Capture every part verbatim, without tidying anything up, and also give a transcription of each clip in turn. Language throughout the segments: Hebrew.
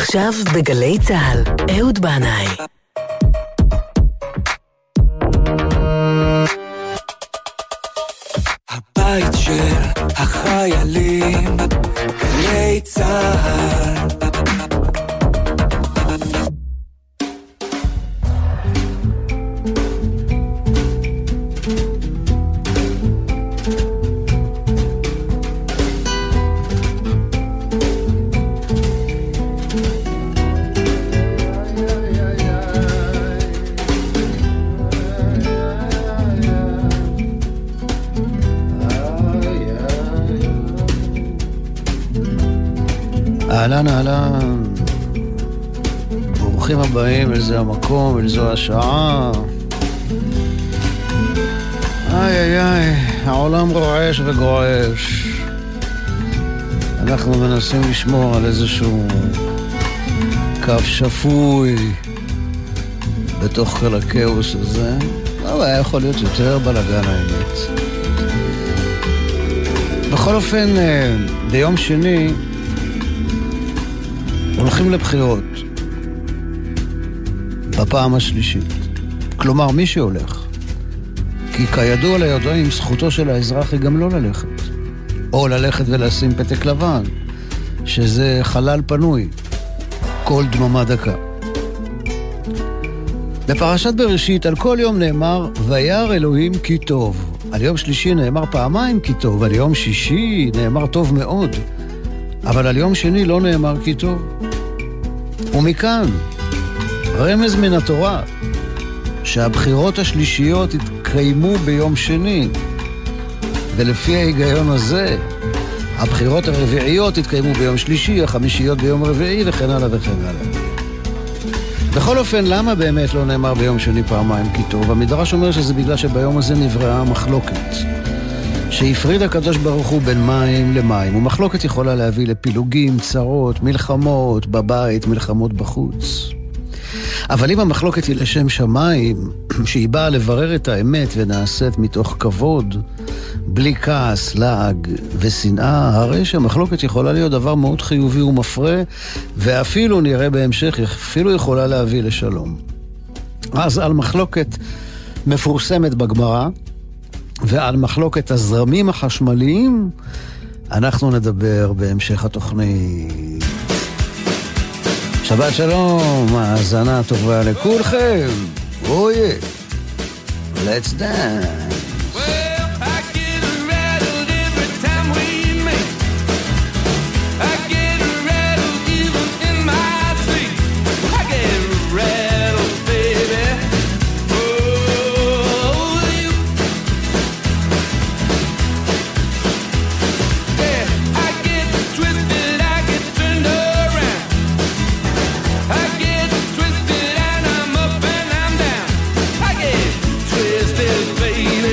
עכשיו בגלי צהל, אהוד בנאי. הבית של החיילים, גלי צהל. אהלן אהלן, ברוכים הבאים אל זה המקום, אל זו השעה. איי איי איי, העולם רועש וגועש. אנחנו מנסים לשמור על איזשהו קו שפוי בתוך כל הכאוס הזה, אבל היה יכול להיות יותר בלגן האמת. בכל אופן, ביום שני הולכים לבחירות בפעם השלישית. כלומר, מי שהולך, כי כידוע ליודעים, זכותו של האזרח היא גם לא ללכת, או ללכת ולשים פתק לבן, שזה חלל פנוי, כל דממה דקה. בפרשת בראשית על כל יום נאמר וירא אלוהים כי טוב. על יום שלישי נאמר פעמיים כי טוב, על יום שישי נאמר טוב מאוד, אבל על יום שני לא נאמר כי טוב. ומכאן רמז מן התורה שהבחירות השלישיות התקיימו ביום שני, ולפי ההיגיון הזה הבחירות הרביעיות התקיימו ביום שלישי, החמישיות ביום רביעי וכן הלאה וכן הלאה. בכל אופן, למה באמת לא נאמר ביום שני פעמיים כי טוב? המדרש אומר שזה בגלל שביום הזה נבראה מחלוקת שהפריד הקדוש ברוך הוא בין מים למים, ומחלוקת יכולה להביא לפילוגים, צרות, מלחמות בבית, מלחמות בחוץ. אבל אם המחלוקת היא לשם שמיים, שהיא באה לברר את האמת ונעשית מתוך כבוד, בלי כעס, לעג ושנאה, הרי שהמחלוקת יכולה להיות דבר מאוד חיובי ומפרה, ואפילו נראה בהמשך, אפילו יכולה להביא לשלום. אז על מחלוקת מפורסמת בגמרא, ועל מחלוקת הזרמים החשמליים אנחנו נדבר בהמשך התוכנית. שבת שלום, האזנה טובה לכולכם. אוי, let's dance. Baby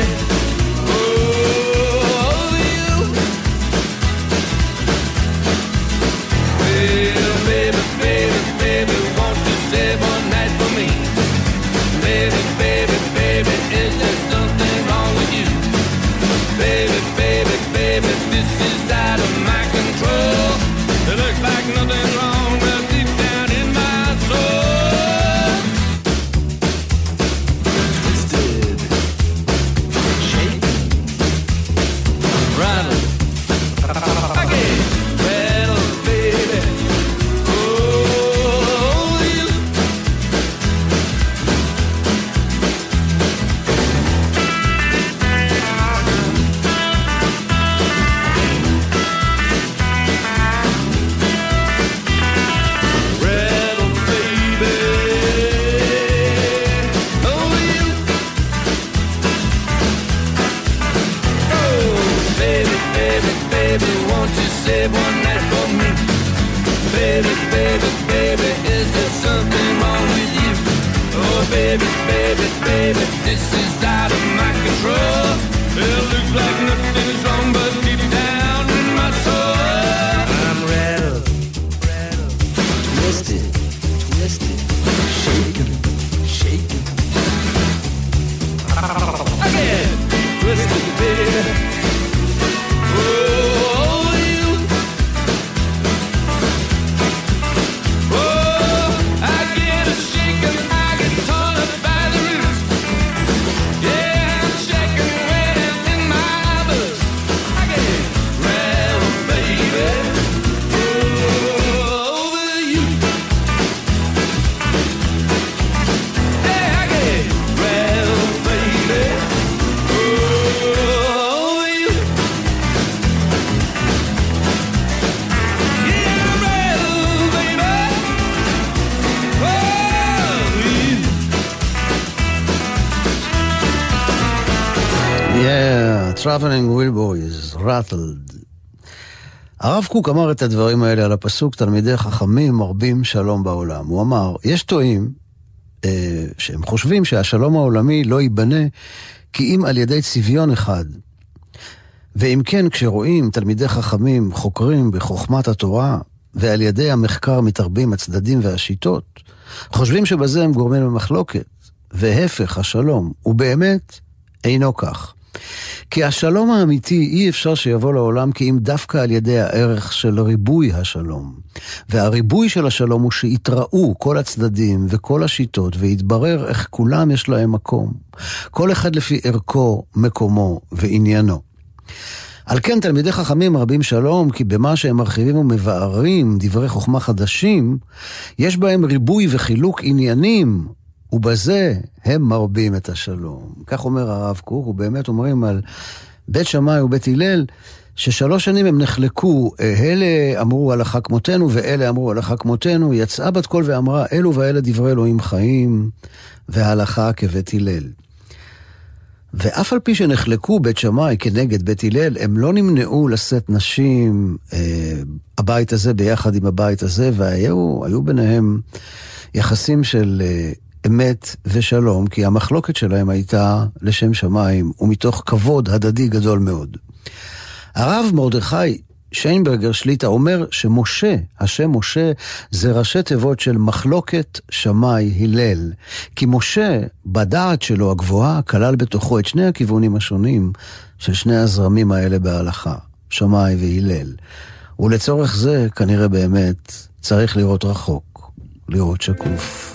Yeah, traveling wheelboys, rattled. הרב קוק אמר את הדברים האלה על הפסוק, תלמידי חכמים מרבים שלום בעולם. הוא אמר, יש טועים אה, שהם חושבים שהשלום העולמי לא ייבנה כי אם על ידי צביון אחד. ואם כן, כשרואים תלמידי חכמים חוקרים בחוכמת התורה, ועל ידי המחקר מתרבים הצדדים והשיטות, חושבים שבזה הם גורמים למחלוקת, והפך השלום, הוא באמת אינו כך. כי השלום האמיתי אי אפשר שיבוא לעולם כי אם דווקא על ידי הערך של ריבוי השלום. והריבוי של השלום הוא שיתראו כל הצדדים וכל השיטות ויתברר איך כולם יש להם מקום. כל אחד לפי ערכו, מקומו ועניינו. על כן תלמידי חכמים מרבים שלום כי במה שהם מרחיבים ומבארים דברי חוכמה חדשים יש בהם ריבוי וחילוק עניינים ובזה הם מרבים את השלום. כך אומר הרב קוק, ובאמת אומרים על בית שמאי ובית הלל, ששלוש שנים הם נחלקו, אלה אמרו הלכה כמותנו, ואלה אמרו הלכה כמותנו, יצאה בת קול ואמרה, אלו ואלה דברי אלוהים חיים, וההלכה כבית הלל. ואף על פי שנחלקו בית שמאי כנגד בית הלל, הם לא נמנעו לשאת נשים, אה, הבית הזה ביחד עם הבית הזה, והיו היו ביניהם יחסים של אה, אמת ושלום, כי המחלוקת שלהם הייתה לשם שמיים, ומתוך כבוד הדדי גדול מאוד. הרב מרדכי שיינברגר שליטה אומר שמשה, השם משה, זה ראשי תיבות של מחלוקת שמאי הלל. כי משה, בדעת שלו הגבוהה, כלל בתוכו את שני הכיוונים השונים של שני הזרמים האלה בהלכה, שמאי והלל. ולצורך זה, כנראה באמת, צריך לראות רחוק, לראות שקוף.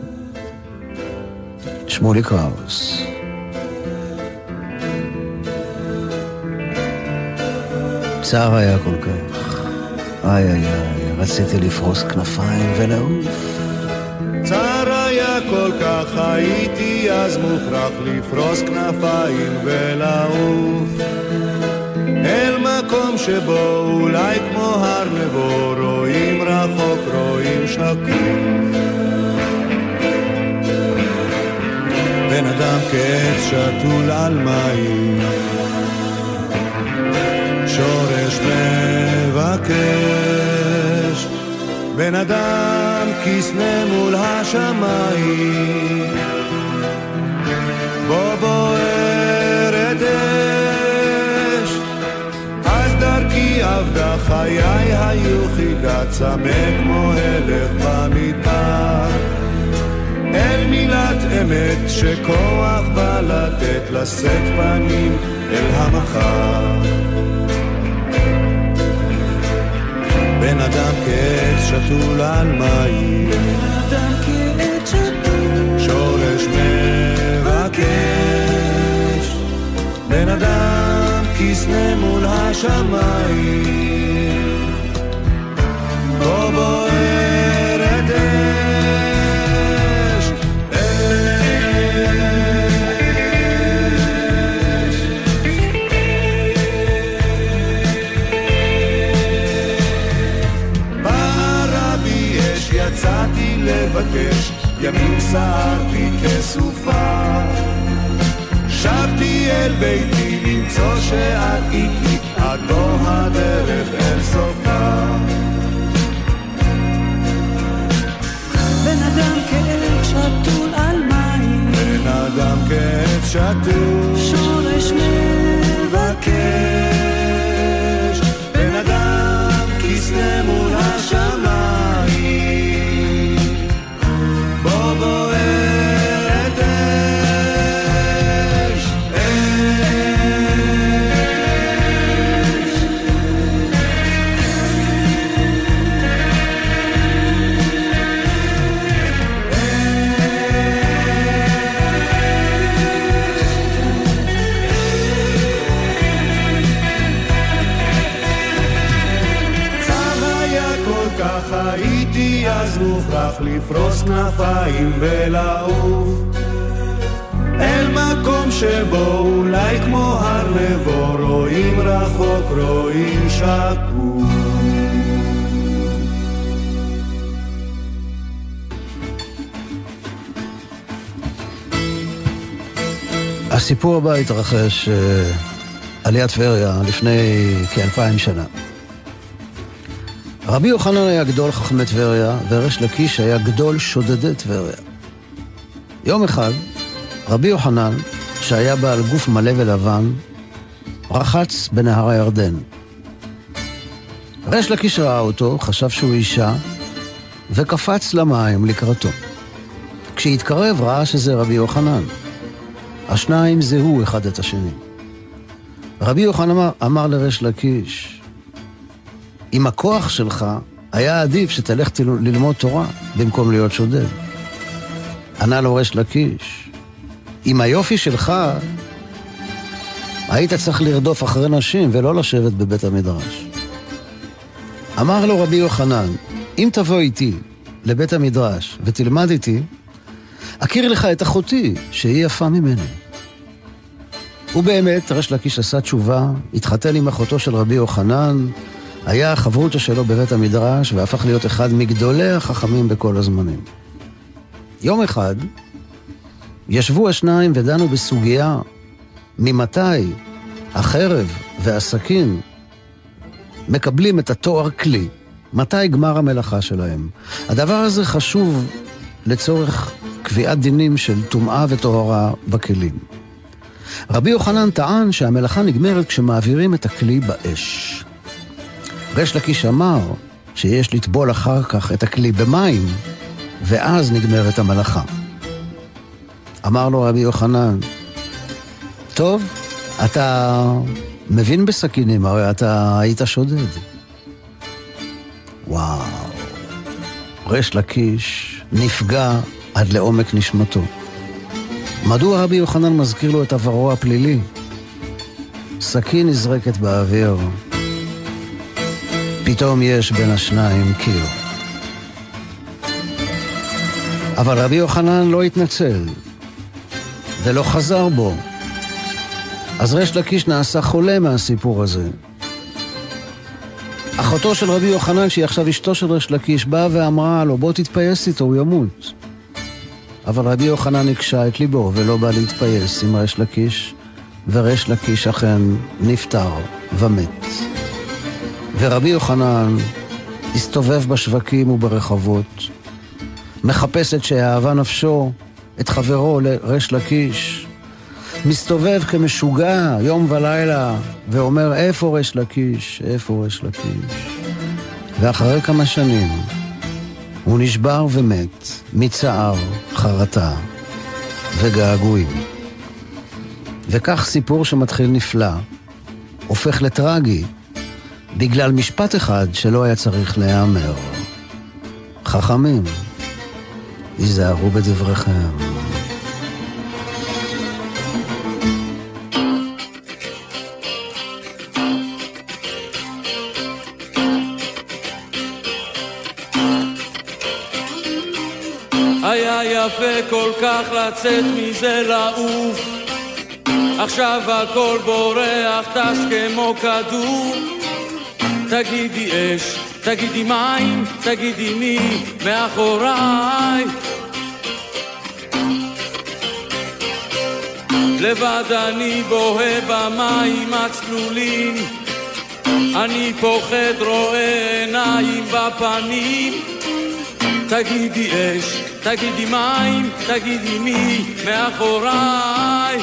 שמולי קראוס. צער היה כל כך, איי איי איי, רציתי לפרוס כנפיים ולעוף. צער היה כל כך, הייתי אז מוכרח לפרוס כנפיים ולעוף אל מקום שבו אולי כמו הר נבו רואים רחוק, רואים שקוף. בן אדם כעץ שתול על מים, שורש מבקש, בן אדם כסנה מול השמיים, בו בוערת אש, אז דרכי עבדה חיי היו חידה צמא כמו הלך במדבר, אל מילת אמת שכוח בא לתת לשאת פנים אל המחר. בן אדם כעץ שתול על מים, בן אדם כעץ שתול, שורש מבקש, בן אדם כסנה מול השמיים, בו בוערת אש. יצאתי לבקש, ימים סערתי כסופה, שבתי אל ביתי למצוא שאת איתי, עד לא הדרך אל סופה. בן אדם כעץ שתול על מים, בן אדם כעץ שתול, שורש מבקש, בן אדם כסנה מול השמיים, בוערת אש, הייתי אז מוכרח לפרוס כנפיים ולעוף אל מקום שבו אולי כמו הר נבו רואים רחוק, רואים שקוף. הסיפור הבא התרחש על יד טבריה לפני כאלפיים שנה. רבי יוחנן היה גדול חכמי טבריה, וריש לקיש היה גדול שודדי טבריה. יום אחד, רבי יוחנן, שהיה בעל גוף מלא ולבן, רחץ בנהר הירדן. ריש לקיש ראה אותו, חשב שהוא אישה, וקפץ למים לקראתו. כשהתקרב ראה שזה רבי יוחנן. השניים זהו אחד את השני. רבי יוחנן אמר, אמר לריש לקיש, עם הכוח שלך היה עדיף שתלך ללמוד תורה במקום להיות שודד. ענה לו ריש לקיש, עם היופי שלך היית צריך לרדוף אחרי נשים ולא לשבת בבית המדרש. אמר לו רבי יוחנן, אם תבוא איתי לבית המדרש ותלמד איתי, אכיר לך את אחותי שהיא יפה ממני. ובאמת ריש לקיש עשה תשובה, התחתן עם אחותו של רבי יוחנן, היה חברותו שלו בבית המדרש והפך להיות אחד מגדולי החכמים בכל הזמנים. יום אחד ישבו השניים ודנו בסוגיה ממתי החרב והסכין מקבלים את התואר כלי, מתי גמר המלאכה שלהם. הדבר הזה חשוב לצורך קביעת דינים של טומאה וטהרה בכלים. רבי יוחנן טען שהמלאכה נגמרת כשמעבירים את הכלי באש. ריש לקיש אמר שיש לטבול אחר כך את הכלי במים, ואז נגמרת המלאכה. אמר לו רבי יוחנן, טוב, אתה מבין בסכינים, הרי אתה היית שודד. וואו, ריש לקיש נפגע עד לעומק נשמתו. מדוע רבי יוחנן מזכיר לו את עברו הפלילי? סכין נזרקת באוויר, פתאום יש בין השניים קיר. אבל רבי יוחנן לא התנצל ולא חזר בו. אז ריש לקיש נעשה חולה מהסיפור הזה. אחותו של רבי יוחנן, שהיא עכשיו אשתו של ריש לקיש, באה ואמרה לו, בוא תתפייס איתו, הוא ימות. אבל רבי יוחנן הקשה את ליבו ולא בא להתפייס עם ריש לקיש, וריש לקיש אכן נפטר ומת. ורבי יוחנן הסתובב בשווקים וברחובות, מחפש את שאהבה נפשו, את חברו ריש לקיש, מסתובב כמשוגע יום ולילה, ואומר, איפה ריש לקיש? איפה ריש לקיש? ואחרי כמה שנים, הוא נשבר ומת, מצער, חרטה וגעגועים. וכך סיפור שמתחיל נפלא, הופך לטרגי, בגלל משפט אחד שלא היה צריך להיאמר. חכמים, היזהרו בדבריכם. היה יפה כל כך לצאת מזה לעוף, עכשיו הכל בורח, טס כמו כדור. תגידי אש, תגידי מים, תגידי מי מאחוריי. לבד אני בוהה במים הצלולים, אני פוחד רואה עיניים בפנים. תגידי אש, תגידי מים, תגידי מי מאחוריי.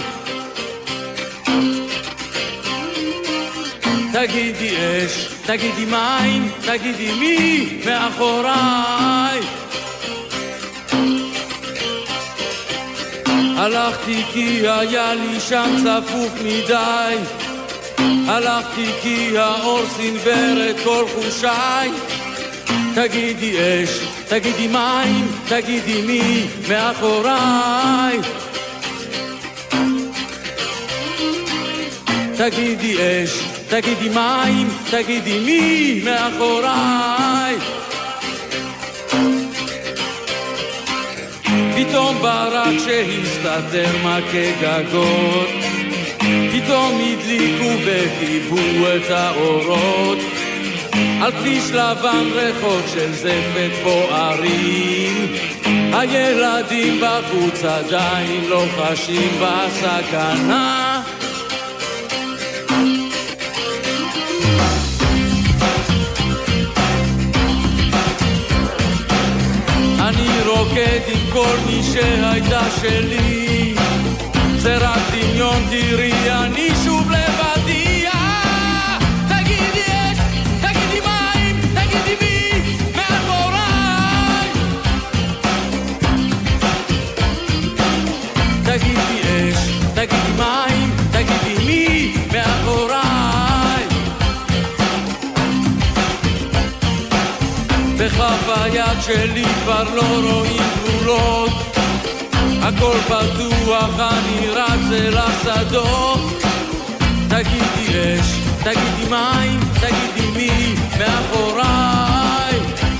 תגידי אש, תגידי מים, תגידי מי מאחוריי. הלכתי כי היה לי שם צפוף מדי, הלכתי כי האור סנבר את כל חושיי. תגידי אש, תגידי מים, תגידי מי מאחוריי. תגידי אש, תגידי מים, תגידי מי מאחוריי. פתאום ברק שהסתתר מכה גגות, פתאום הדליקו וכיבו את האורות. על כביש לבן ריחות של זפת בוערים, הילדים בחוץ עדיין לא חשים בסכנה. אני רוקד עם כל מי שהייתה שלי, זה רק דמיון, תראי אני שוב לבדי. תגידי אש, תגידי מים, תגידי מי מאחוריי. תגידי אש, תגידי מים, תגידי מי מאחוריי. בכף היד שלי כבר לא רואים גבולות, הכל פתוח, אני רץ אל השדות. תגידי אש, תגידי מים, תגידי מי מאחוריי.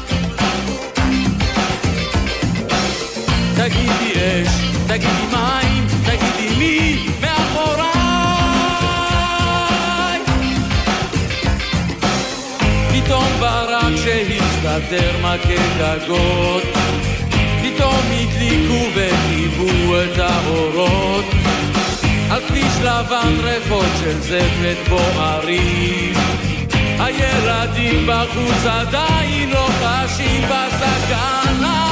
תגידי אש, תגידי מים, תגידי מי מאחוריי. פתאום ברק שהסתתר מכה גגות, פתאום הדליקו וחיבו את האורות, על כביש לבן ריחות של זפת בוערים. הילדים בחוץ עדיין לא חשים בסכנה.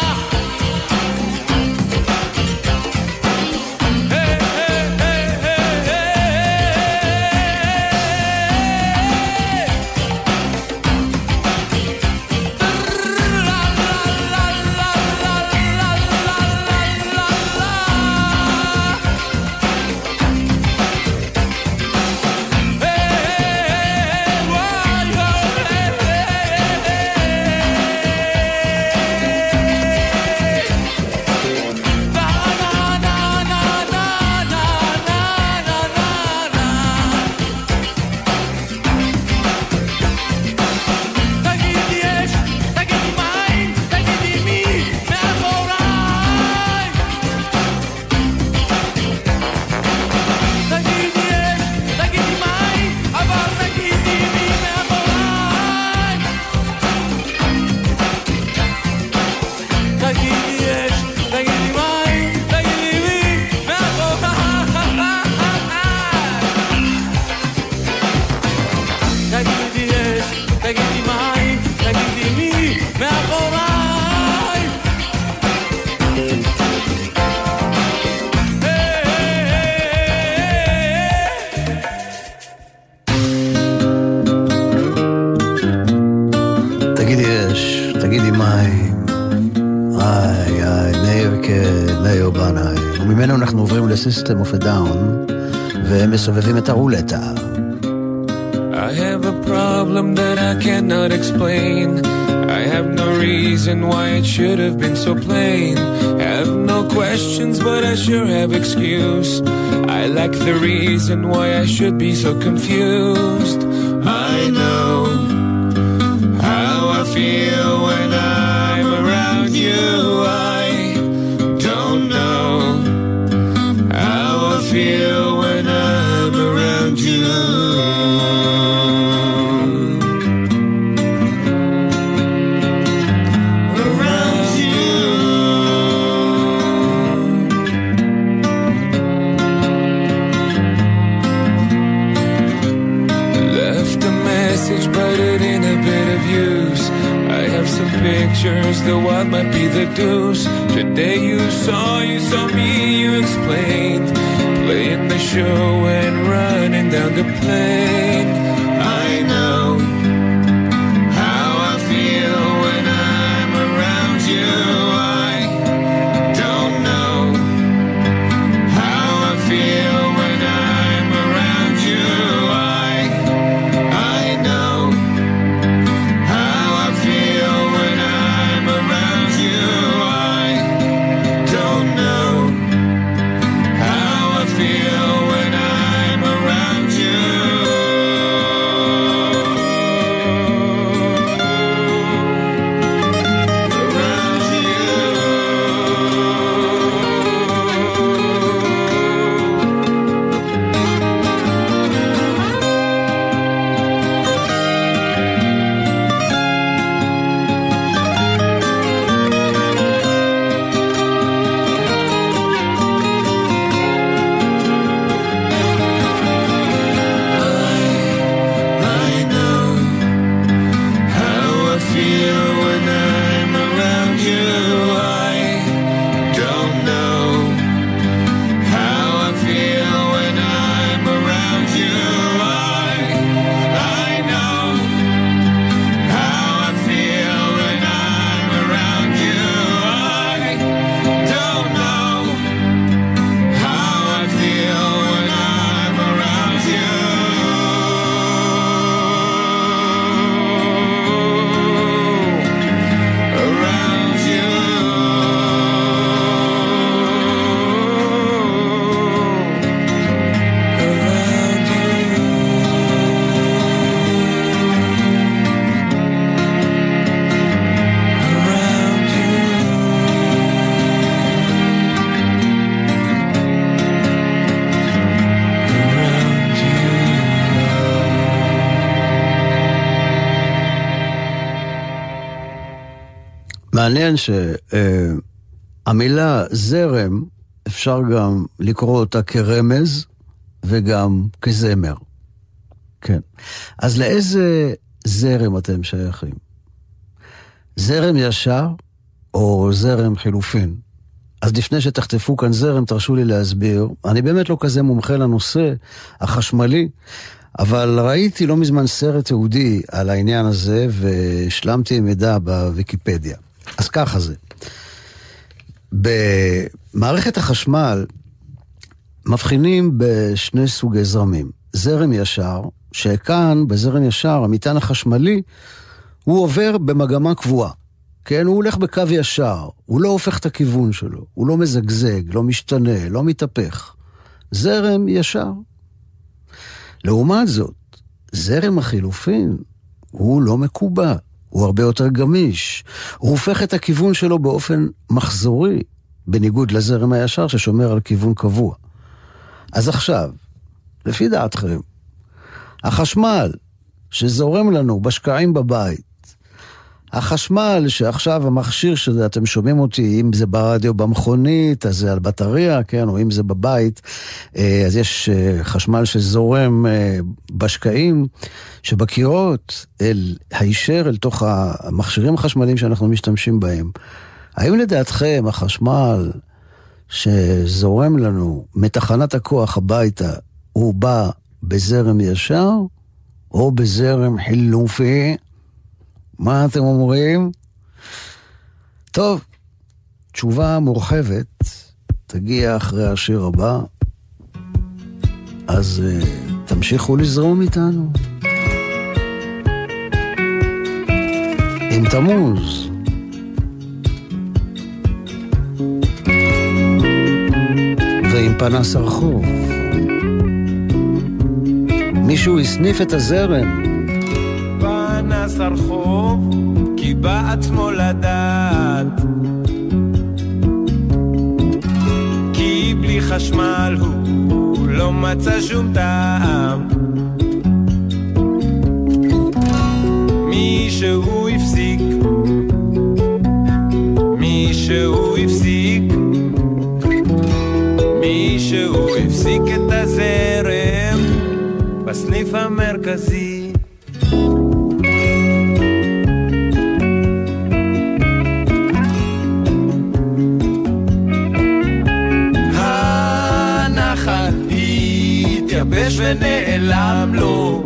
System of a Down, והם מסובבים את הרולטה. I have a problem that I cannot explain. I have no reason why it should have been so plain. Have no questions, but I sure have excuse. I lack the reason why I should be so confused. I know how I feel when I'm around you. I don't know how I feel when I'm around you. Around you. Left a message, but it ain't a bit of use. I have some pictures, the what might be the deuce. Today you saw, you saw me, you explained. Playing the show and running down the plane. I know how I feel when I'm around you. I don't know how I feel when I'm around you. I I know how I feel when I'm around you. I don't know how I feel when I'm around you. מעניין שהמילה זרם, אפשר גם לקרוא אותה כרמז וגם כזמר. כן. אז לאיזה זרם אתם שייכים? זרם ישר או זרם חילופין? אז לפני שתחטפו כאן זרם, תרשו לי להסביר. אני באמת לא כזה מומחה לנושא החשמלי, אבל ראיתי לא מזמן סרט יהודי על העניין הזה, והשלמתי מידע בוויקיפדיה. אז ככה זה. במערכת החשמל מבחינים בשני סוגי זרמים. זרם ישר, שכאן בזרם ישר, המטען החשמלי, הוא עובר במגמה קבועה. כן, הוא הולך בקו ישר, הוא לא הופך את הכיוון שלו, הוא לא מזגזג, לא משתנה, לא מתהפך. זרם ישר. לעומת זאת, זרם החילופין הוא לא מקובע, הוא הרבה יותר גמיש. הוא הופך את הכיוון שלו באופן מחזורי, בניגוד לזרם הישר ששומר על כיוון קבוע. אז עכשיו, לפי דעתכם, החשמל שזורם לנו בשקעים בבית, החשמל שעכשיו המכשיר שאתם שומעים אותי, אם זה ברדיו במכונית, אז זה על בטריה, כן, או אם זה בבית, אז יש חשמל שזורם בשקעים, שבקירות אל הישר, אל תוך המכשירים החשמליים שאנחנו משתמשים בהם. האם לדעתכם החשמל שזורם לנו מתחנת הכוח הביתה, הוא בא בזרם ישר, או בזרם חילופי? מה אתם אומרים? טוב, תשובה מורחבת תגיע אחרי השיר הבא, אז uh, תמשיכו לזרום איתנו. עם תמוז. ועם פנס הרחוב. מישהו הסניף את הזרם. פנס הרחוב, כי בעצמו לדעת, כי בלי חשמל הוא לא מצא שום טעם. מישהו הפסיק, מישהו הפסיק, מישהו הפסיק את הזרם בסניף המרכזי. התייבש ונעלם לו,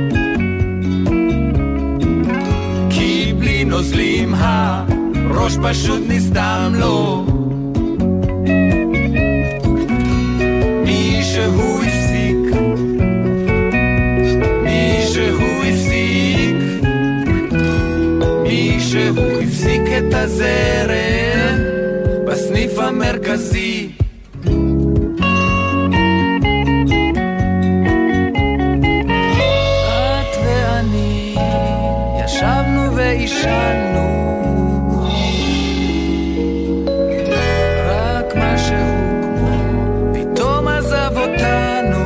כי בלי נוזלים הראש פשוט נסתם לו. מישהו הפסיק, מישהו הפסיק, מישהו הפסיק את הזרם בסניף המרכזי. ישנו רק משהו כמו פתאום עזב אותנו.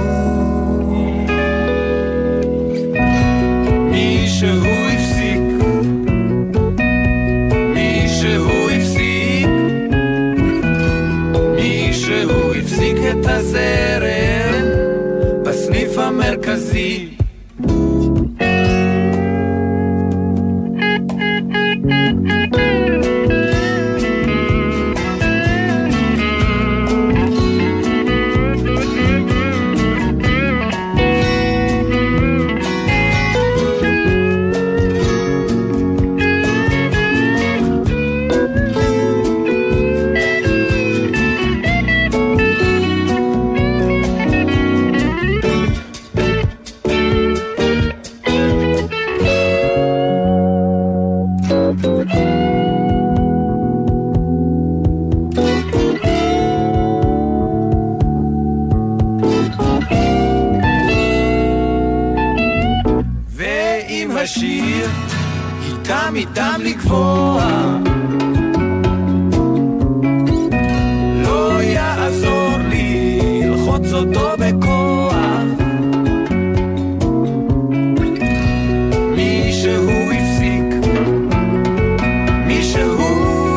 מישהו הפסיק, מישהו הפסיק, מישהו הפסיק את הזרם בסניף המרכזי. איתם לקבוע לא יעזור לי ללחוץ אותו בכוח. מישהו הפסיק, מישהו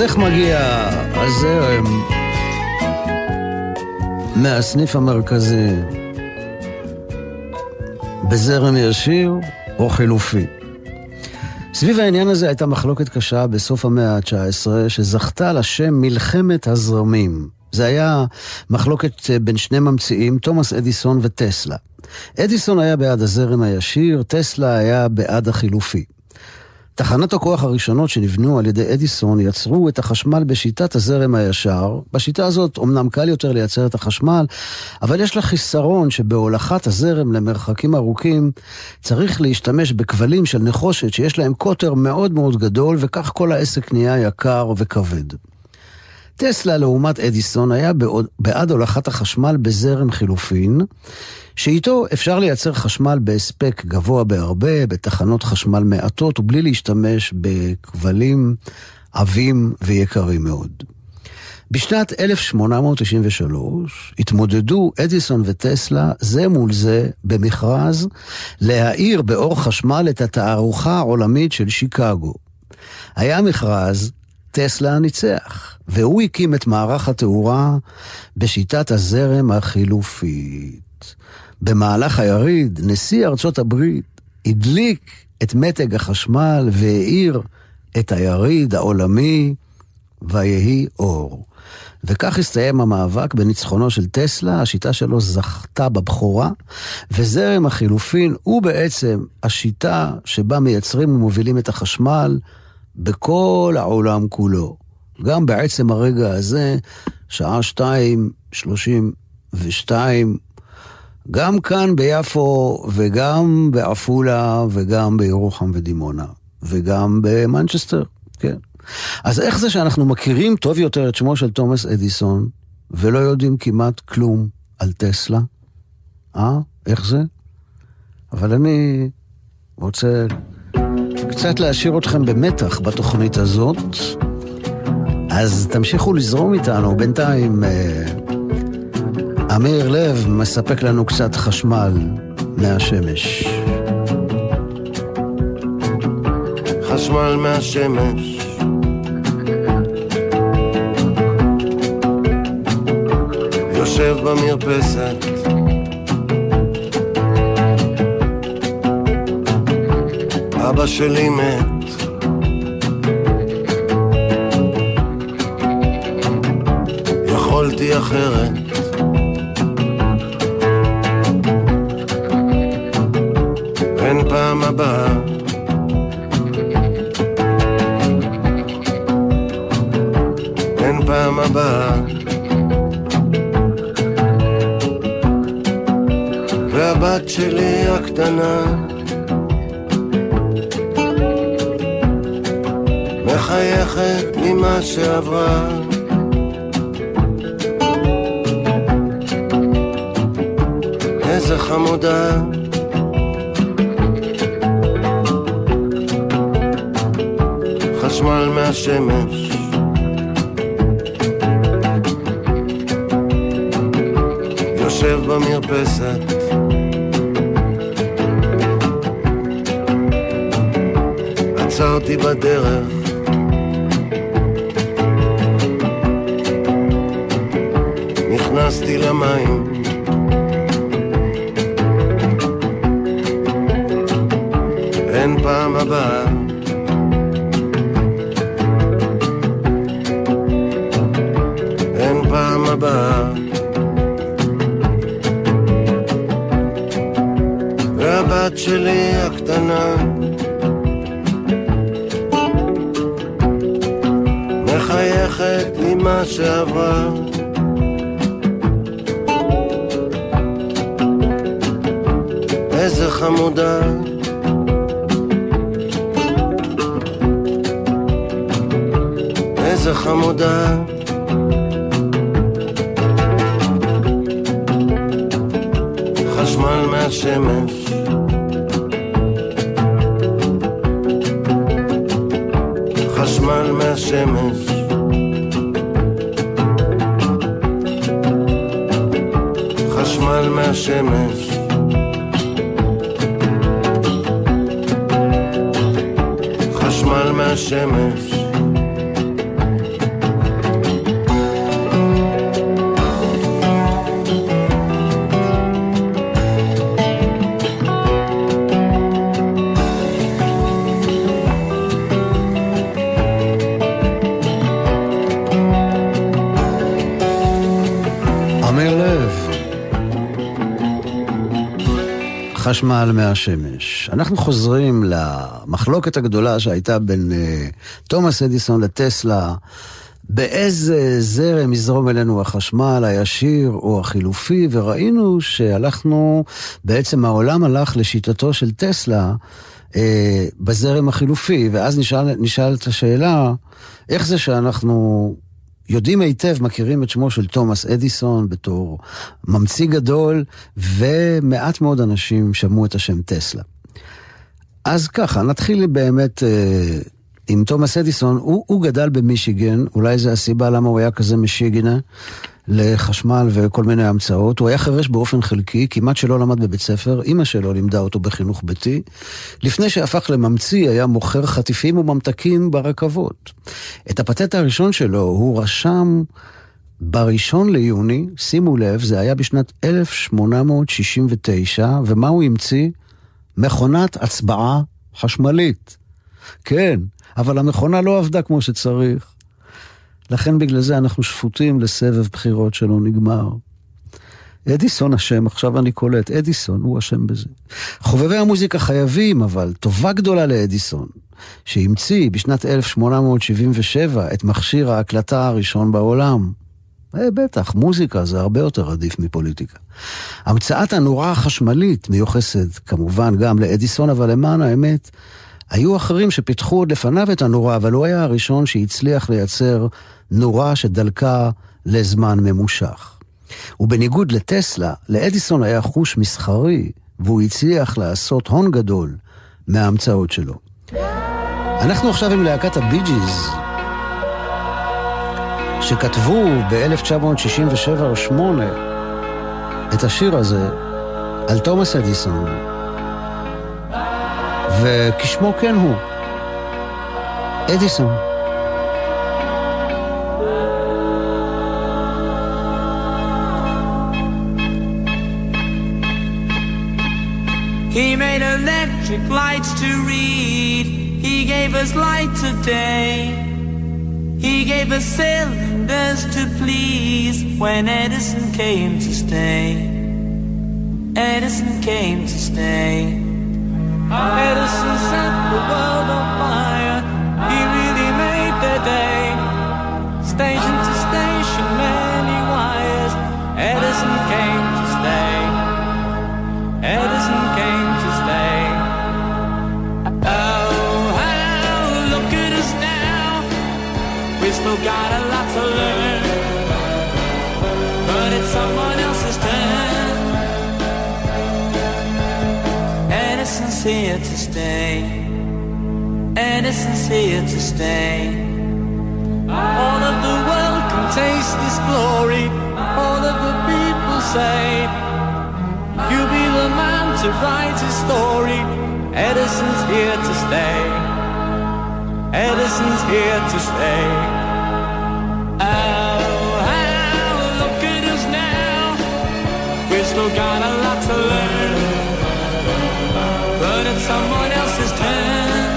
איך מגיע הזרם מהסניף המרכזי? בזרם ישיר או חילופי? סביב העניין הזה הייתה מחלוקת קשה בסוף המאה ה-תשע עשרה שזכתה לשם מלחמת הזרמים. זה היה מחלוקת בין שני ממציאים, תומאס אדיסון וטסלה. אדיסון היה בעד הזרם הישיר, טסלה היה בעד החילופי. תחנות הכוח הראשונות שנבנו על ידי אדיסון יצרו את החשמל בשיטת הזרם הישר. בשיטה הזאת אומנם קל יותר לייצר את החשמל, אבל יש לה חיסרון שבהולכת הזרם למרחקים ארוכים צריך להשתמש בכבלים של נחושת שיש להם קוטר מאוד מאוד גדול, וכך כל העסק נהיה יקר וכבד. טסלה לעומת אדיסון היה בעד הולכת החשמל בזרם חילופין, שאיתו אפשר לייצר חשמל בהספק גבוה בהרבה, בתחנות חשמל מעטות, ובלי להשתמש בכבלים עבים ויקרים מאוד. בשנת אלף שמונה מאות תשעים ושלוש התמודדו אדיסון וטסלה זה מול זה במכרז להאיר באור חשמל את התערוכה העולמית של שיקגו. היה מכרז, טסלה ניצח, והוא הקים את מערך התאורה בשיטת הזרם החילופית. במהלך היריד, נשיא ארצות הברית הדליק את מתג החשמל והאיר את היריד העולמי ויהי אור. וכך הסתיים המאבק בניצחונו של טסלה, השיטה שלו זכתה בבחורה, וזרם החילופין הוא בעצם השיטה שבה מייצרים ומובילים את החשמל בכל העולם כולו. גם בעצם הרגע הזה, שעה שתיים שלושים ושתיים, גם כאן ביפו וגם בעפולה וגם בירוחם ודימונה וגם במנצ'סטר, כן. אז איך זה שאנחנו מכירים טוב יותר את שמו של תומאס אדיסון ולא יודעים כמעט כלום על טסלה? אה? איך זה? אבל אני רוצה קצת להשאיר אתכם במתח בתוכנית הזאת, אז תמשיכו לזרום איתנו. בינתיים אמיר לב מספק לנו קצת חשמל מהשמש. חשמל מהשמש, יושב במרפסת, אבא שלי מת, יכולתי אחרת, אין פעם הבאה, אין פעם הבאה, והבת שלי הקטנה מחייכת ממה שעברה, איזה חמודה, חשמל מהשמש, יושב במרפסת, עצרתי בדרך, נכנסתי למים, אין פעם הבאה, אין פעם הבאה, והבת שלי הקטנה מחייכת ממה שעברה, איזה חמודה, איזה חמודה, חשמל מהשמש, חשמל מהשמש, חשמל מהשמש, חשמל מהשמש, חשמל מהשמש. אנחנו חוזרים למחלוקת הגדולה שהייתה בין uh, תומאס אדיסון לטסלה, באיזה זרם יזרום אלינו החשמל, הישיר או החילופי, וראינו שהלכנו, בעצם העולם הלך לשיטתו של טסלה אה, בזרם החילופי, ואז נשאל, נשאל את השאלה, איך זה שאנחנו יודעים היטב, מכירים את שמו של תומאס אדיסון בתור ממציא גדול, ומעט מאוד אנשים שמעו את השם טסלה. אז ככה, נתחיל באמת אה, עם תומאס אדיסון. הוא, הוא גדל במישיגן, אולי זה הסיבה למה הוא היה כזה משיגנה, לחשמל וכל מיני המצאות. הוא היה חרש באופן חלקי, כמעט שלא למד בבית ספר, אמא שלו לימדה אותו בחינוך ביתי. לפני שהפך לממציא, היה מוכר חטיפים וממתקים ברכבות. את הפטנט הראשון שלו הוא רשם בראשון ליוני, שימו לב, זה היה בשנת אלף שמונה מאות שישים ותשע, ומה הוא המציא? מכונת הצבעה חשמלית. כן, אבל המכונה לא עבדה כמו שצריך. לכן בגלל זה אנחנו שפוטים לסבב בחירות שלא נגמר. אדיסון השם, עכשיו אני קולט, אדיסון הוא השם בזה. חובבי המוזיקה חייבים, אבל טובה גדולה לאדיסון, שהמציא בשנת אלף שמונה מאות שבעים ושבע את מכשיר ההקלטה הראשון בעולם. אה, בטח, מוזיקה זה הרבה יותר עדיף מפוליטיקה. המצאת הנורה החשמלית מיוחסת כמובן גם לאדיסון, אבל למען האמת, היו אחרים שפיתחו עוד לפניו את הנורה, אבל הוא היה הראשון שהצליח לייצר נורה שדלקה לזמן ממושך. ובניגוד לטסלה, לאדיסון היה חוש מסחרי, והוא הצליח לעשות הון גדול מההמצאות שלו. אנחנו עכשיו עם להקת הבי ג'יז, שכתבו ב-אלף תשע מאות שישים ושבע או שמונה את השיר הזה על תומאס אדיסון, וכשמו כן הוא, אדיסון. He made electric lights to read. He gave us light today. He gave us cylinders to please. When Edison came to stay, Edison came to stay. Edison set the world on fire. He really made their day. Station to station, many wires. Edison came to stay. Edison came to stay. Oh, how, look at us now. We still got a lot to learn, but it's someone else's turn. Edison's here to stay. Edison's here to stay. All of the world can taste this glory. All of the people say, you'll be the man to write his story. Edison's here to stay. Edison's here to stay. Oh, how, look at us now. We've still got a lot to learn, but it's someone else's turn.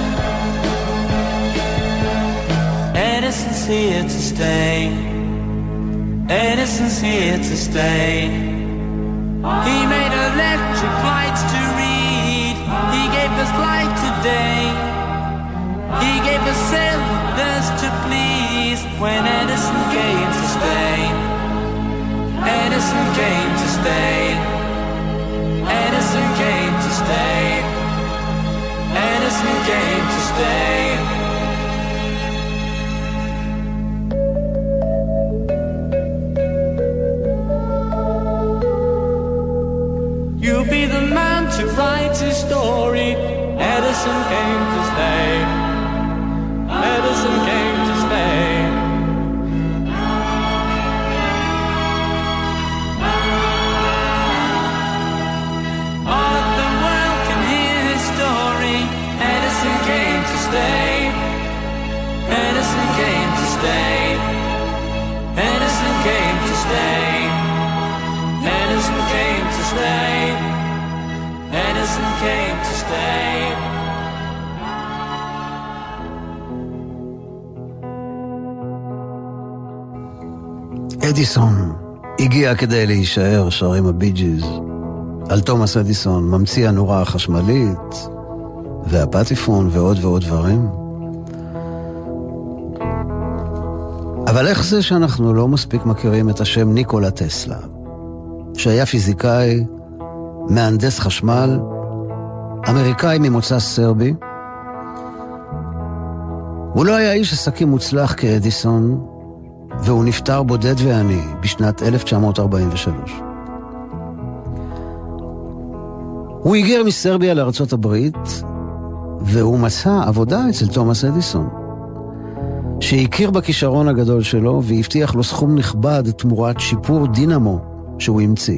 Edison's here to stay. Edison's here to stay. He made electric lights to read. He gave us light today. He gave us cylinders to please. When Edison came to stay, Edison came to stay. Edison came to stay. Edison came to stay. You'll be the man to write his story. Edison came to stay. Edison came to stay. All of the world can hear his story. Edison came to stay. Edison came to stay. Edison came to stay. Edison came to stay. Edison came to stay. אדיסון הגיע כדי להישאר, שרים הבי ג'יז. על תומאס אדיסון, ממציא הנורה החשמלית והפטיפון ועוד ועוד דברים. אבל איך זה שאנחנו לא מספיק מכירים את השם ניקולה טסלה, שהיה פיזיקאי, מהנדס חשמל, אמריקאי ממוצא סרבי? הוא לא היה איש עסקים מוצלח כאדיסון, והוא נפטר בודד ועני בשנת אלף תשע מאות ארבעים ושלוש. הוא היגר מסרביה לארצות הברית, והוא מצא עבודה אצל תומאס אדיסון, שהכיר בכישרון הגדול שלו והבטיח לו סכום נכבד תמורת שיפור דינמו שהוא המציא.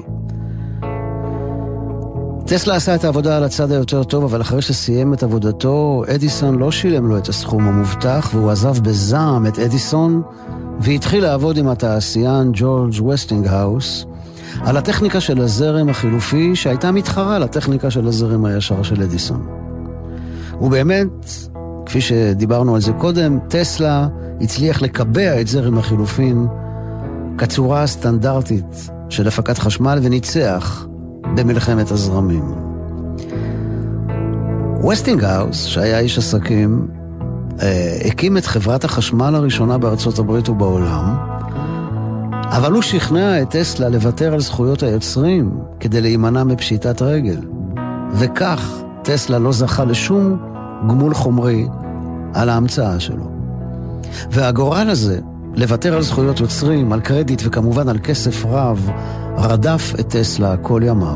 טסלה עשה את העבודה על הצד היותר טוב, אבל אחרי שסיים את עבודתו, אדיסון לא שילם לו את הסכום המובטח, והוא עזב בזעם את אדיסון, והתחיל לעבוד עם התעשיין ג'ורג' ווסטינגהאוס, על הטכניקה של הזרם החילופי, שהייתה מתחרה לטכניקה של הזרם הישר של אדיסון. ובאמת, כפי שדיברנו על זה קודם, טסלה הצליח לקבע את זרם החילופין כצורה סטנדרטית של הפקת חשמל, וניצח במלחמת הזרמים. ווסטינגהאוס, שהיה איש עסקים, הקים את חברת החשמל הראשונה בארצות הברית ובעולם, אבל הוא שכנע את טסלה לוותר על זכויות היוצרים כדי להימנע מפשיטת רגל, וכך טסלה לא זכה לשום גמול חומרי על ההמצאה שלו. והגורל הזה, לוותר על זכויות יוצרים, על קרדיט וכמובן על כסף רב, רדף את טסלה כל ימיו.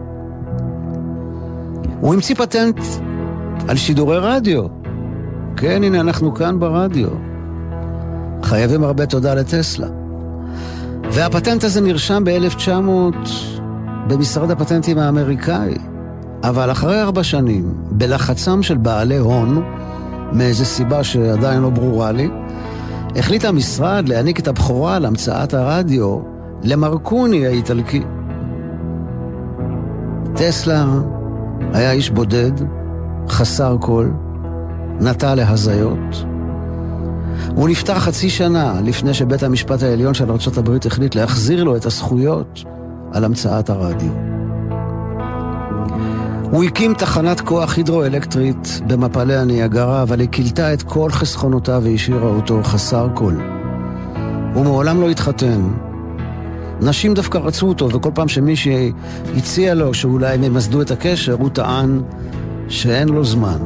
הוא המציא פטנט על שידורי רדיו. כן, הנה אנחנו כאן ברדיו. חייבים הרבה תודה לטסלה. והפטנט הזה נרשם ב-אלף תשע מאות במשרד הפטנטים האמריקאי. אבל אחרי ארבע שנים, בלחצם של בעלי הון, מאיזו סיבה שעדיין לא ברורה לי, החליט המשרד להעניק את הבכורה על המצאת הרדיו למרקוני האיטלקי. טסלה היה איש בודד, חסר כל, נטע להזיות. הוא נפטר חצי שנה לפני שבית המשפט העליון של ארצות הברית החליט להחזיר לו את הזכויות על המצאת הרדיו. הוא הקים תחנת כוח הידרואלקטרית במפלי הניאגרה, אבל היא קילתה את כל חסכונותיו והשאירה אותו חסר כל. הוא מעולם לא התחתן. נשים דווקא רצו אותו, וכל פעם שמישהי הציע לו שאולי הם ימסדו את הקשר, הוא טען שאין לו זמן.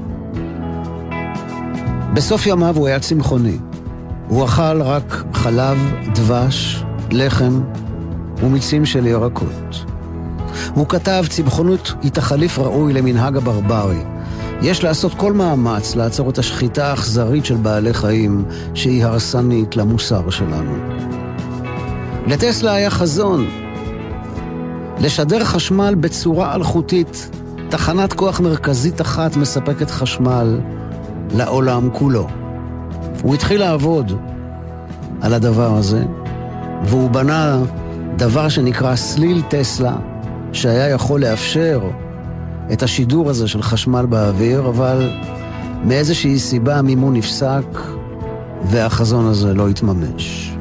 בסוף ימיו הוא היה צמחוני. הוא אכל רק חלב, דבש, לחם ומיצים של ירקות. הוא כתב, צמחונות היא תחליף ראוי למנהג הברברי. יש לעשות כל מאמץ לעצור את השחיטה האכזרית של בעלי חיים, שהיא הרסנית למוסר שלנו. לטסלה היה חזון לשדר חשמל בצורה אלחוטית. תחנת כוח מרכזית אחת מספקת חשמל לעולם כולו. הוא התחיל לעבוד על הדבר הזה, והוא בנה דבר שנקרא סליל טסלה, שהיה יכול לאפשר את השידור הזה של חשמל באוויר, אבל מאיזושהי סיבה המימון נפסק, והחזון הזה לא התממש.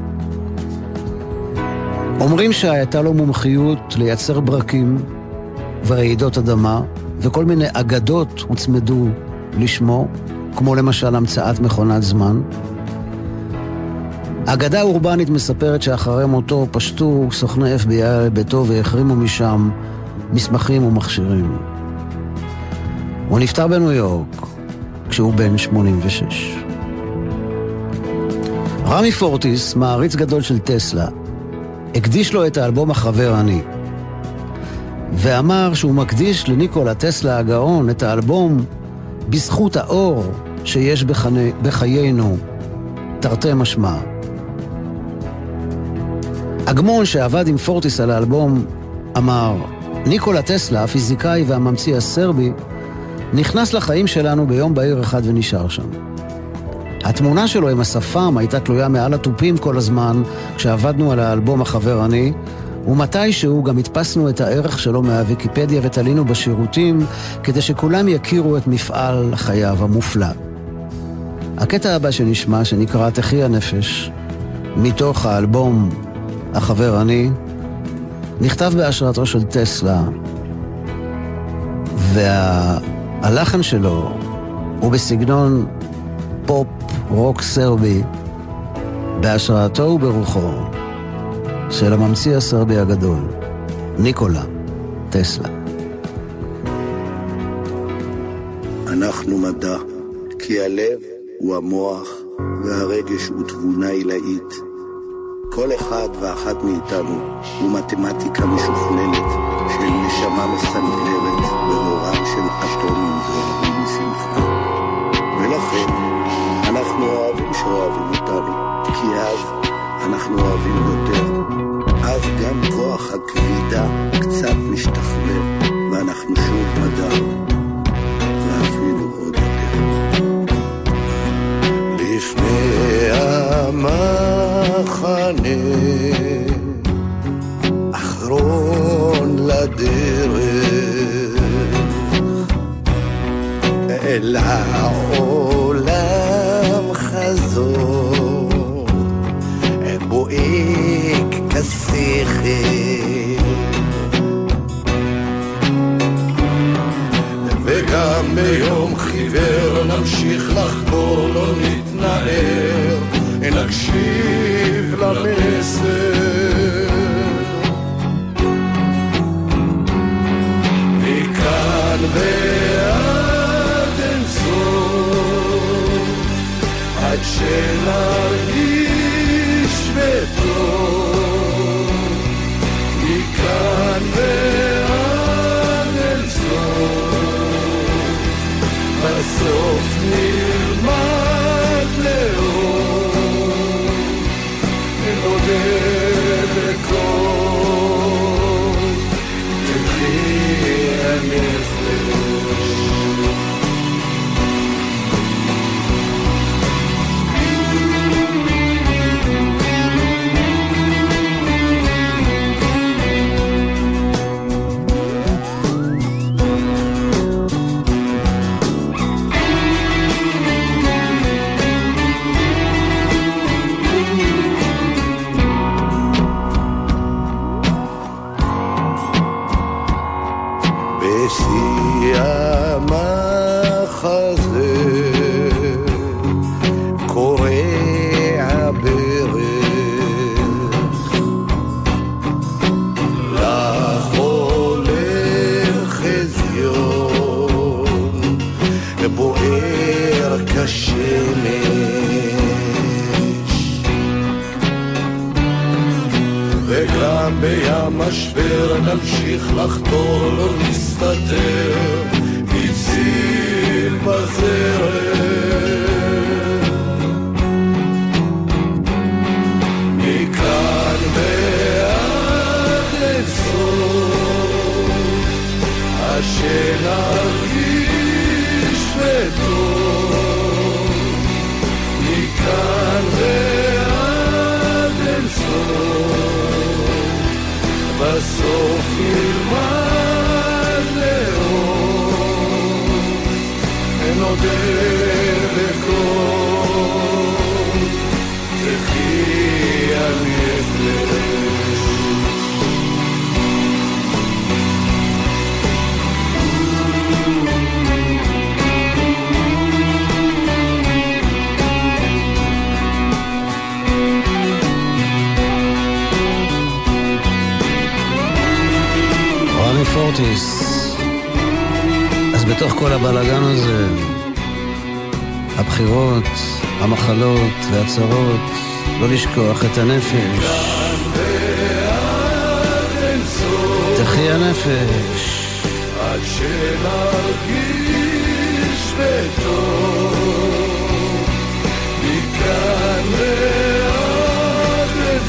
אומרים שהייתה לו מומחיות לייצר ברקים ורעידות אדמה, וכל מיני אגדות הוצמדו לשמו, כמו למשל המצאת מכונת זמן. אגדה אורבנית מספרת שאחרי מותו פשטו סוכני אף בי איי לביתו והחרימו משם מסמכים ומכשירים. הוא נפטר בניו יורק כשהוא בן שמונים ושש. רמי פורטיס, מעריץ גדול של טסלה, הקדיש לו את האלבום החבר אני, ואמר שהוא מקדיש לניקולה טסלה הגאון את האלבום בזכות האור שיש בחני, בחיינו, תרתי משמע. אגמון שעבד עם פורטיס על האלבום אמר, ניקולה טסלה, הפיזיקאי והממציא הסרבי, נכנס לחיים שלנו ביום בהיר אחד ונשאר שם. התמונה שלו עם השפם הייתה תלויה מעל הטופים כל הזמן כשעבדנו על האלבום החבר אני, ומתישהו גם הדפסנו את הערך שלו מהוויקיפדיה ותלינו בשירותים כדי שכולם יכירו את מפעל חייו המופלא. הקטע הבא שנשמע, שנקרא תחי הנפש, מתוך האלבום החבר אני, נכתב בהשראתו של טסלה והלחן שלו הוא בסגנון פופ רוק סרבי, בהשראתו וברוחו של הממציא הסרבי הגדול, ניקולה טסלה. אנחנו מדע, כי הלב הוא המוח והרגש הוא תבונה עילאית. כל אחד ואחת מאיתנו הוא מתמטיקה משוכללת של נשמה מסנדלרת בהורם של אטומים זוהרים משמחה. ולכן אנחנו אוהבים שאוהבים אותנו, כי אז אנחנו אוהבים יותר. אז גם כוח הכבידה קצת משתחרר, ואנחנו שוב מדע, ואפילו עוד יותר. לפני המחנה אחרון לדרך אל העולם חזור בועק כסכר וגם ביום חיוור נמשיך לחקור, לא נתנער, נקשיב למסר מכאן ועד אינסוף עד שנרגיש בטוב, מכאן ועד אינסוף בסוף נלמד לאור נודד לכל תחי הנפש. בשיא המחזה קורע ברך לחולה חזיון בוער כשמש, וגם בים משבר נמשיך לחתור, לא נסתתר, נציל בזרם מכאן ועד לסוף אשר נרגיש בטוב, מכאן ועד לסוף בסוף נלמד לאור נודה לכל תחי הנפש. רוני פורטיס. אז בתוך כל הבלגן הזה, הבחירות, המחלות והצרות, לא לשכוח את הנפש. תחי הנפש עד שנרגיש בטוב, מכאן ועד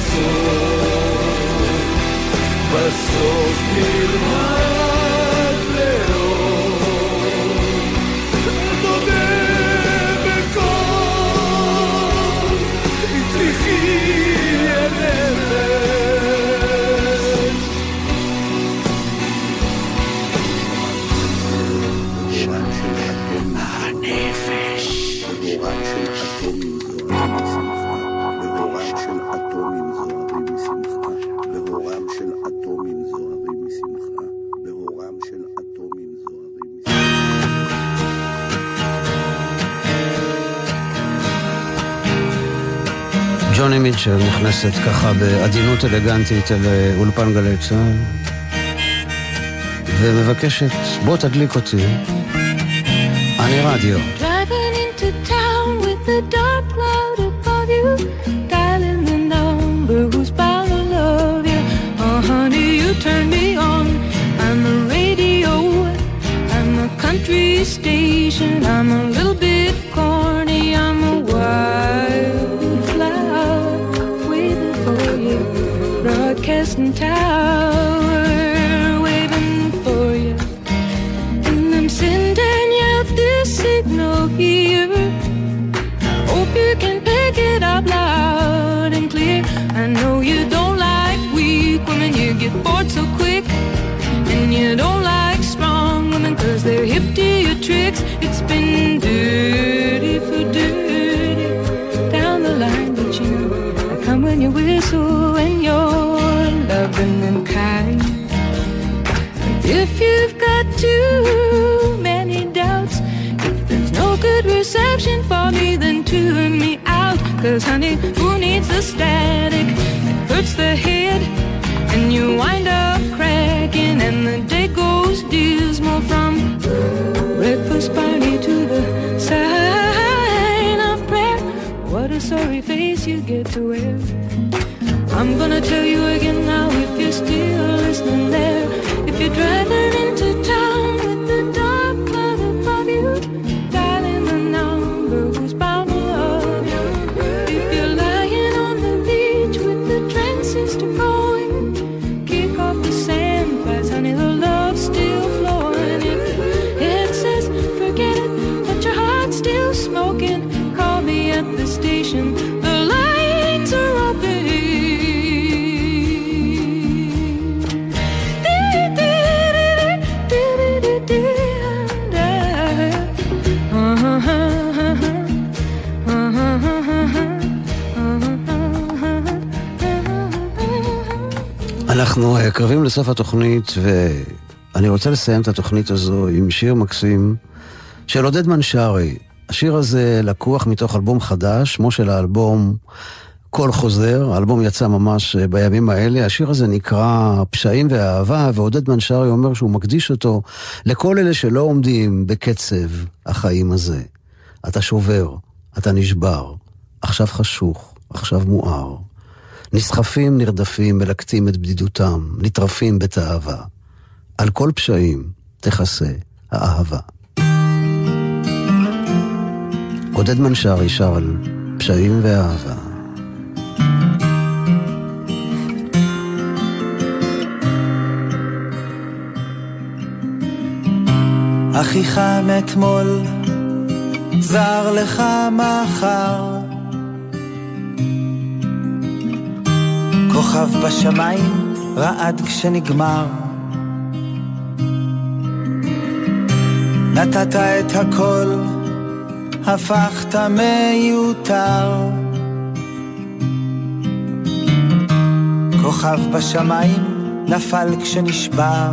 לסוף בסוף נלמד לאור נודה בכל תחי הנפש. שם של אטומים הנפש בהורם של אטומים זוהרים משמחה, בהורם של אטומים זוהרים משמחה, בהורם של אטומים זוהרים משמחה, בהורם של אטומים זוהרים משמחה. ג'וני מיטשל נכנסת ככה בעדינות אלגנטית אל אולפן גלי צה"ל ומבקשת, בוא תדליק אותי, אני רדיו. Driving into town with the dark cloud above you, dialing the number who's bound to love you. Oh honey, you turn me on, I'm the radio, I'm the country station, I'm a little bit corny, I'm a wildflower waiting for you, broadcasting tower waiting for you, and I'm sending you this signal here. I hope you can pick it up loud and clear. I know you don't like weak women, you get bored so quick, and you don't like strong women cause they're hip to your tricks. It's been dirty for dirty down the line, but you know I come when you whistle and you're loving and kind. If you've got too many doubts, if there's no good reception for me, then tune me out. Cause honey, who needs the static? It hurts the head and you wind up cracking, and the day goes dismal from breakfast party to the sign of prayer. What a sorry face you get to wear. I'm gonna tell you again now if you're still listening there. If you're driving into town with the dark cloud above you, dialing the number who's bound to love you. If you're lying on the beach with the transistor going, kick off the sand flies, honey, the love's still flowing. If it says forget it, but your heart's still smoking, call me at the station, the lights are open. אנחנו קרבים לסוף התוכנית, ואני רוצה לסיים את התוכנית הזו עם שיר מקסים של עודד מנשרי. השיר הזה לקוח מתוך אלבום חדש, שמו של האלבום קול חוזר. האלבום יצא ממש בימים האלה. השיר הזה נקרא פשעים ואהבה, ועודד מנשרי אומר שהוא מקדיש אותו לכל אלה שלא עומדים בקצב החיים הזה. אתה שובר, אתה נשבר, עכשיו חשוך, עכשיו מואר. נסחפים, נרדפים, מלקטים את בדידותם, נטרפים בתאווה. על כל פשעים תכסה האהבה. עודד מנשרי שר על פשעים ואהבה. אחיך מאתמול זר לך מחר, כוכב בשמיים רעד כשנגמר, נתת את הכל, הפכת מיותר, כוכב בשמיים נפל כשנשבר,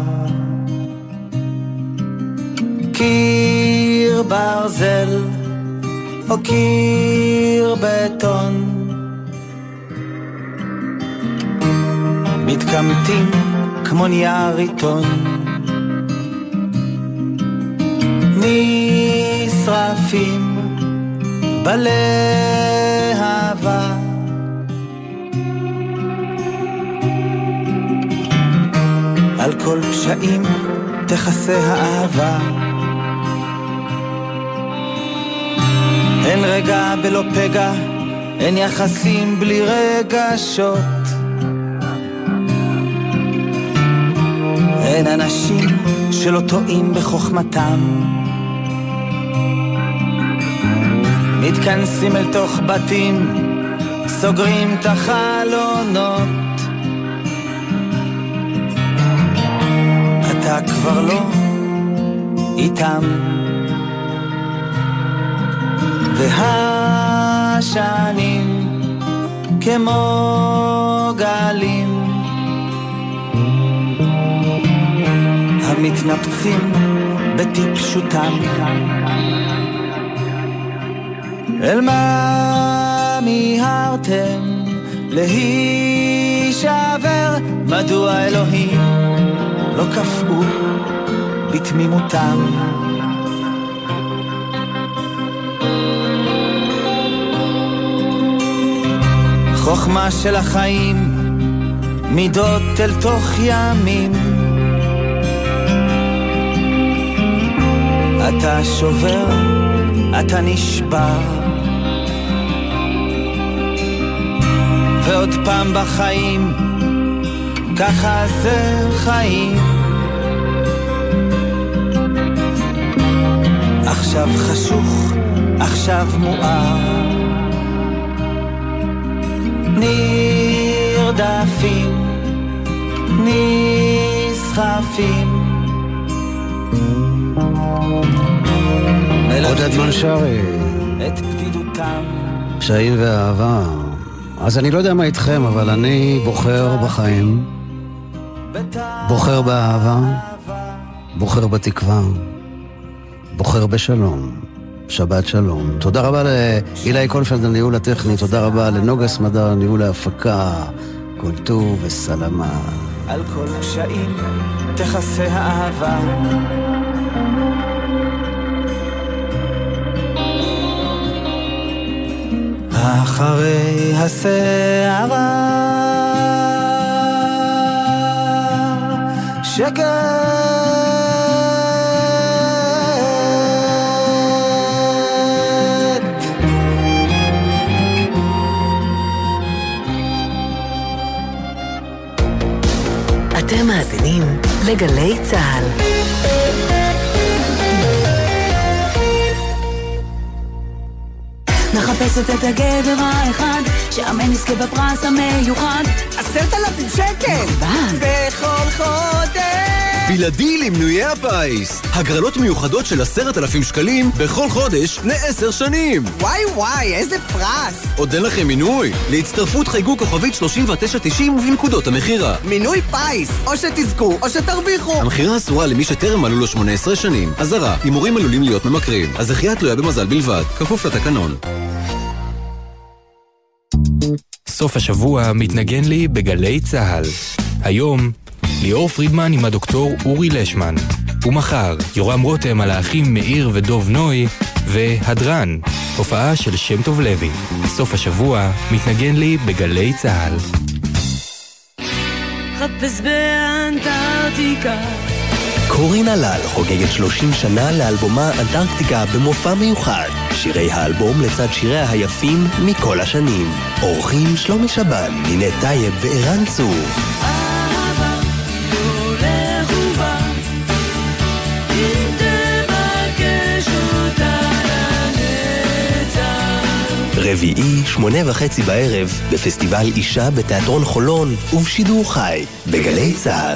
קיר ברזל או קיר בטון, מתקמטים כמו נייר עיתון, נשרפים בלהבה, על כל פשעים תכסה האהבה, אין רגע בלא פגע, אין יחסים בלי רגשות, אין אנשים שלא טועים בחוכמתם, מתכנסים אל תוך בתים, סוגרים את החלונות, אתה כבר לא איתם, והשנים כמו גלים המתנפצים בטיפשותם אל מוות מיהרתם להישבר? מדוע אלוהים לא קפאו בתמימותם? חוכמה של החיים מידות אל תוך ימים, אתה שובר, אתה נשבר, ועוד פעם בחיים, ככה זה חיים. עכשיו חשוך, עכשיו מואר, נרדפים, נסחפים. עוד אדמן שרי, את בדידותם, קשיים ואהבה. אז אני לא יודע מה איתכם, אבל אני בוחר בחיים, בוחר באהבה, בוחר בתקווה, בוחר בשלום. שבת שלום. תודה רבה לאילי קונפלד על ניהול הטכני, תודה רבה לנוגה סמדר על ניהול ההפקה. כל טוב וסלמה. על כל קשיים תכסה האהבה, אחרי הסערה שקט. אתם מאזינים לגלי צהל. מחפשת את הגבר האחד שאמן יזכה בפרס המיוחד. עשרת אלפים שקל בכל חודש. בלעדי למנויי הפיס, הגרלות מיוחדות של עשרת אלפים שקלים בכל חודש לעשר שנים. וואי וואי, איזה פרס. עוד אין לכם מינוי? להצטרפות חייגו כוכבית שלושים ותשע תשעים ובנקודות המחירה. מינוי פיס, או שתזכו או שתרוויחו. המחירה אסורה למי שטרם מלאו לו שמונה עשרה שנים. אזהרה, הימורים עלולים להיות ממכרים, הזכייה תלויה במזל בלבד, כפוף לתקנון. סוף השבוע מתנגן לי בגלי צהל. היום ליאור פרידמן עם הדוקטור אורי לשמן, ומחר יורם רותם על האחים מאיר ודוב נוי, והדרן, הופעה של שם טוב לוי. סוף השבוע מתנגן לי בגלי צהל. חפש באנטארקטיקה. קורין הלל חוגגת שלושים שנה לאלבומה אנטארקטיקה במופע מיוחד. שירי האלבום לצד שיריה היפים מכל השנים. אורחים שלומי שבן, נינת טייב וערן צור. אהבה הולך ובא, אם תבקש אותה לנצח. רביעי, שמונה וחצי בערב, בפסטיבל אישה בתיאטרון חולון, ובשידור חי, בגלי צהל.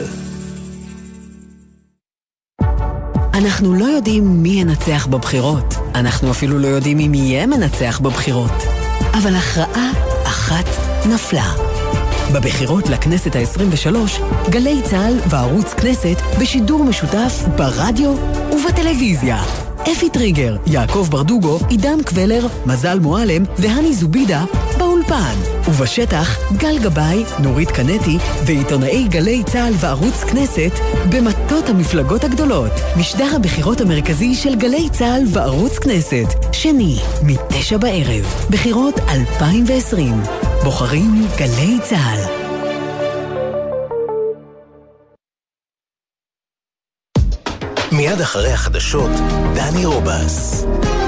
אנחנו לא יודעים מי ינצח בבחירות. אנחנו אפילו לא יודעים אם יהיה מנצח בבחירות. אבל הכרעה אחת נפלה. בבחירות לכנסת ה-עשרים ושלוש, גלי צהל וערוץ כנסת בשידור משותף ברדיו ובטלוויזיה. אפי טריגר, יעקב ברדוגו, עידן קבלר, מזל מועלם והני זובידה באולפן. ובשטח גל גבאי, נורית קנטי ועיתונאי גלי צהל וערוץ כנסת במטות המפלגות הגדולות. משדר הבחירות המרכזי של גלי צהל וערוץ כנסת. שני, מתשע בערב. בחירות אלפיים ועשרים. בוחרים גלי צהל. מיד אחרי החדשות, דני רובס.